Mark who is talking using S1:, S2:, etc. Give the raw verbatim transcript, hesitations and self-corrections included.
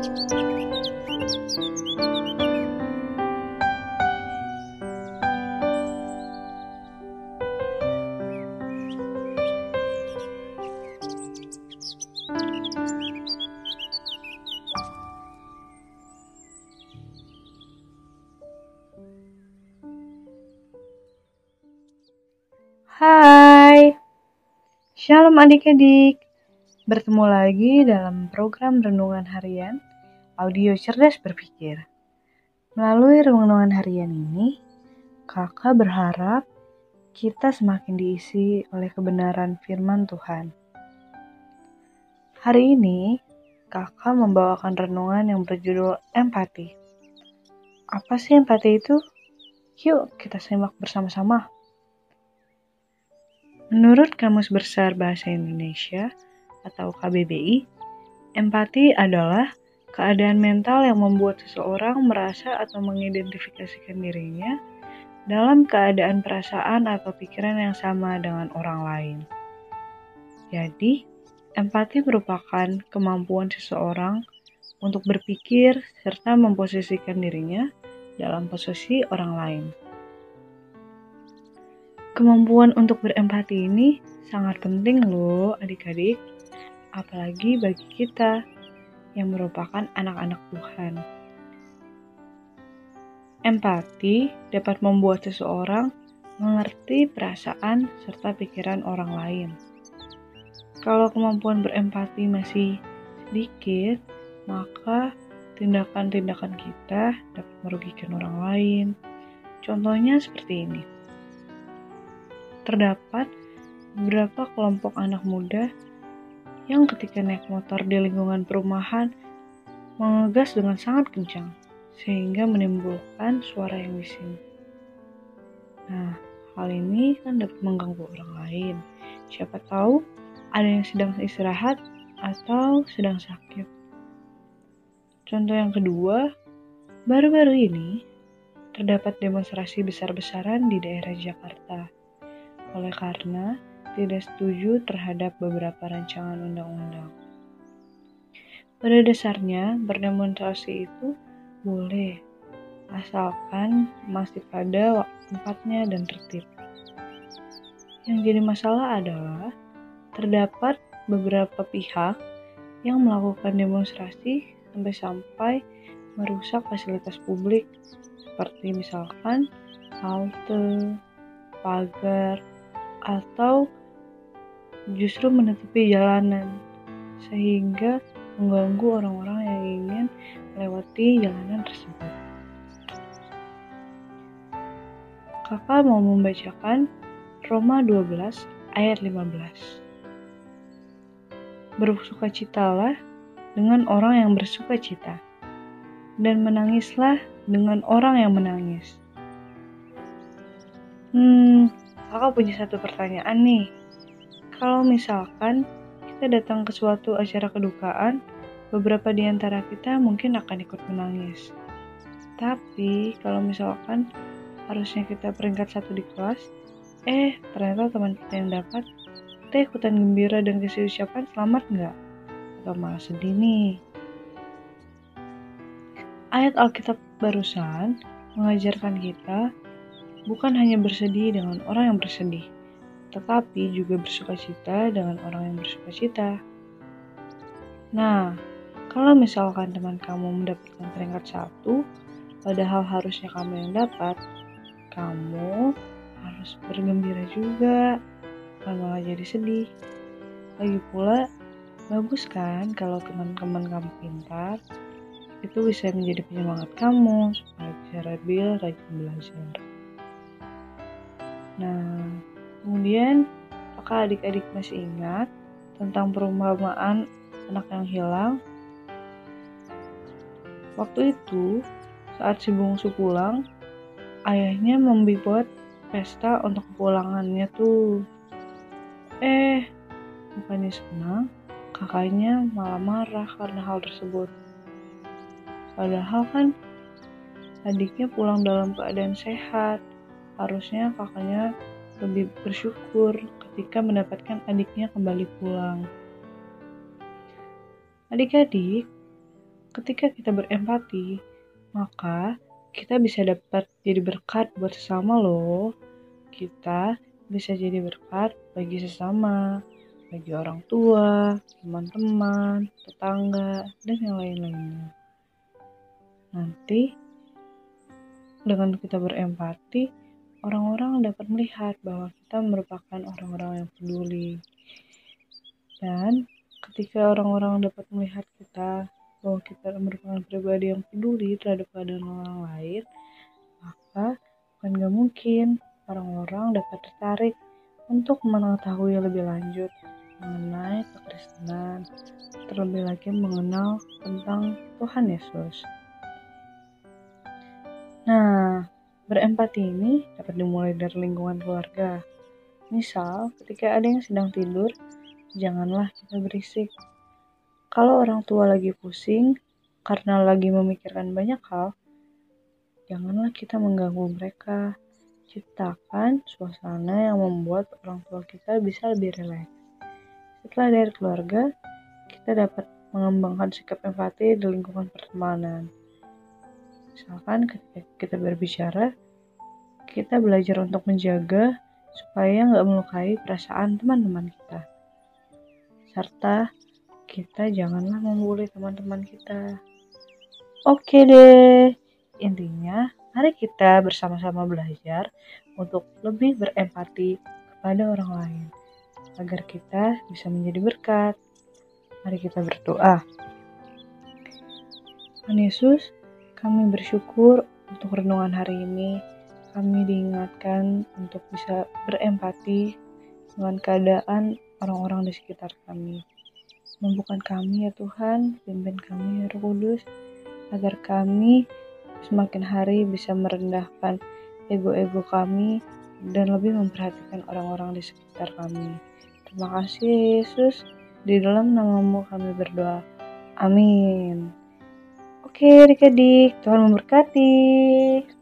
S1: Hai, Shalom adik-adik. Bertemu lagi dalam program Renungan Harian Audio Cerdas Berpikir. Melalui Renungan Harian ini, kakak berharap kita semakin diisi oleh kebenaran firman Tuhan. Hari ini, kakak membawakan renungan yang berjudul Empati. Apa sih empati itu? Yuk kita simak bersama-sama. Menurut Kamus Besar Bahasa Indonesia atau K B B I, empati adalah keadaan mental yang membuat seseorang merasa atau mengidentifikasikan dirinya dalam keadaan perasaan atau pikiran yang sama dengan orang lain. Jadi, empati merupakan kemampuan seseorang untuk berpikir serta memposisikan dirinya dalam posisi orang lain. Kemampuan untuk berempati ini sangat penting loh adik-adik, apalagi bagi kita yang merupakan anak-anak Tuhan. Empati dapat membuat seseorang mengerti perasaan serta pikiran orang lain. Kalau kemampuan berempati masih sedikit, maka tindakan-tindakan kita dapat merugikan orang lain. Contohnya seperti ini. Terdapat beberapa kelompok anak muda yang ketika naik motor di lingkungan perumahan mengegas dengan sangat kencang sehingga menimbulkan suara yang bising. Nah, hal ini kan dapat mengganggu orang lain. Siapa tahu ada yang sedang istirahat atau sedang sakit. Contoh yang kedua, baru-baru ini terdapat demonstrasi besar-besaran di daerah Jakarta. Oleh karena tidak setuju terhadap beberapa rancangan undang-undang. Pada dasarnya, berdemonstrasi itu boleh, asalkan masih pada tempatnya dan tertib. Yang jadi masalah adalah, terdapat beberapa pihak yang melakukan demonstrasi sampai-sampai merusak fasilitas publik, seperti misalkan halte, pagar, atau justru menutupi jalanan sehingga mengganggu orang-orang yang ingin melewati jalanan tersebut. Kakak mau membacakan Roma dua belas ayat lima belas. Bersukacitalah dengan orang yang bersukacita, dan menangislah dengan orang yang menangis. Hmm, kakak punya satu pertanyaan nih. Kalau misalkan kita datang ke suatu acara kedukaan, beberapa di antara kita mungkin akan ikut menangis. Tapi kalau misalkan harusnya kita peringkat satu di kelas, eh ternyata teman kita yang dapat, kita ikutan gembira dan kasih ucapan selamat nggak? Atau malah sedih nih? Ayat Alkitab barusan mengajarkan kita bukan hanya bersedih dengan orang yang bersedih, tetapi juga bersukacita dengan orang yang bersukacita. Nah, kalau misalkan teman kamu mendapatkan peringkat satu, padahal harusnya kamu yang dapat, kamu harus bergembira juga, bukan malah jadi sedih. Lagi pula, bagus kan kalau teman-teman kamu pintar, itu bisa menjadi penyemangat kamu supaya bisa lebih rajin belajar. Nah, kemudian, apakah adik-adik masih ingat tentang perumpamaan anak yang hilang? Waktu itu, saat si bungsu pulang, ayahnya membuat pesta untuk kepulangannya tuh. Eh, bukannya senang, kakaknya malah marah karena hal tersebut. Padahal kan adiknya pulang dalam keadaan sehat. Harusnya kakaknya lebih bersyukur ketika mendapatkan adiknya kembali pulang. Adik-adik, Ketika kita berempati, maka kita bisa dapat jadi berkat buat sesama loh. Kita bisa jadi berkat bagi sesama, bagi orang tua, teman-teman, tetangga, dan yang lain-lainnya. Nanti, dengan kita berempati, orang-orang dapat melihat bahwa kita merupakan orang-orang yang peduli. Dan ketika orang-orang dapat melihat kita bahwa kita merupakan pribadi yang peduli terhadap keadaan orang lain, maka bukan gak mungkin orang-orang dapat tertarik untuk mengetahui lebih lanjut mengenai kekristenan, terlebih lagi mengenal tentang Tuhan Yesus. Nah, berempati ini dapat dimulai dari lingkungan keluarga. Misal, ketika ada yang sedang tidur, janganlah kita berisik. Kalau orang tua lagi pusing karena lagi memikirkan banyak hal, janganlah kita mengganggu mereka. Ciptakan suasana yang membuat orang tua kita bisa lebih rileks. Setelah dari keluarga, kita dapat mengembangkan sikap empati di lingkungan pertemanan. Misalkan ketika kita berbicara, kita belajar untuk menjaga supaya nggak melukai perasaan teman-teman kita. Serta kita janganlah membuli teman-teman kita. Oke deh, intinya mari kita bersama-sama belajar untuk lebih berempati kepada orang lain, agar kita bisa menjadi berkat. Mari kita berdoa. Tuhan Yesus, kami bersyukur untuk renungan hari ini. Kami diingatkan untuk bisa berempati dengan keadaan orang-orang di sekitar kami. Mampukan kami ya Tuhan, pimpin kami ya Roh Kudus, agar kami semakin hari bisa merendahkan ego-ego kami dan lebih memperhatikan orang-orang di sekitar kami. Terima kasih Yesus, di dalam nama-Mu kami berdoa. Amin. Oke adik-adik, Tuhan memberkati.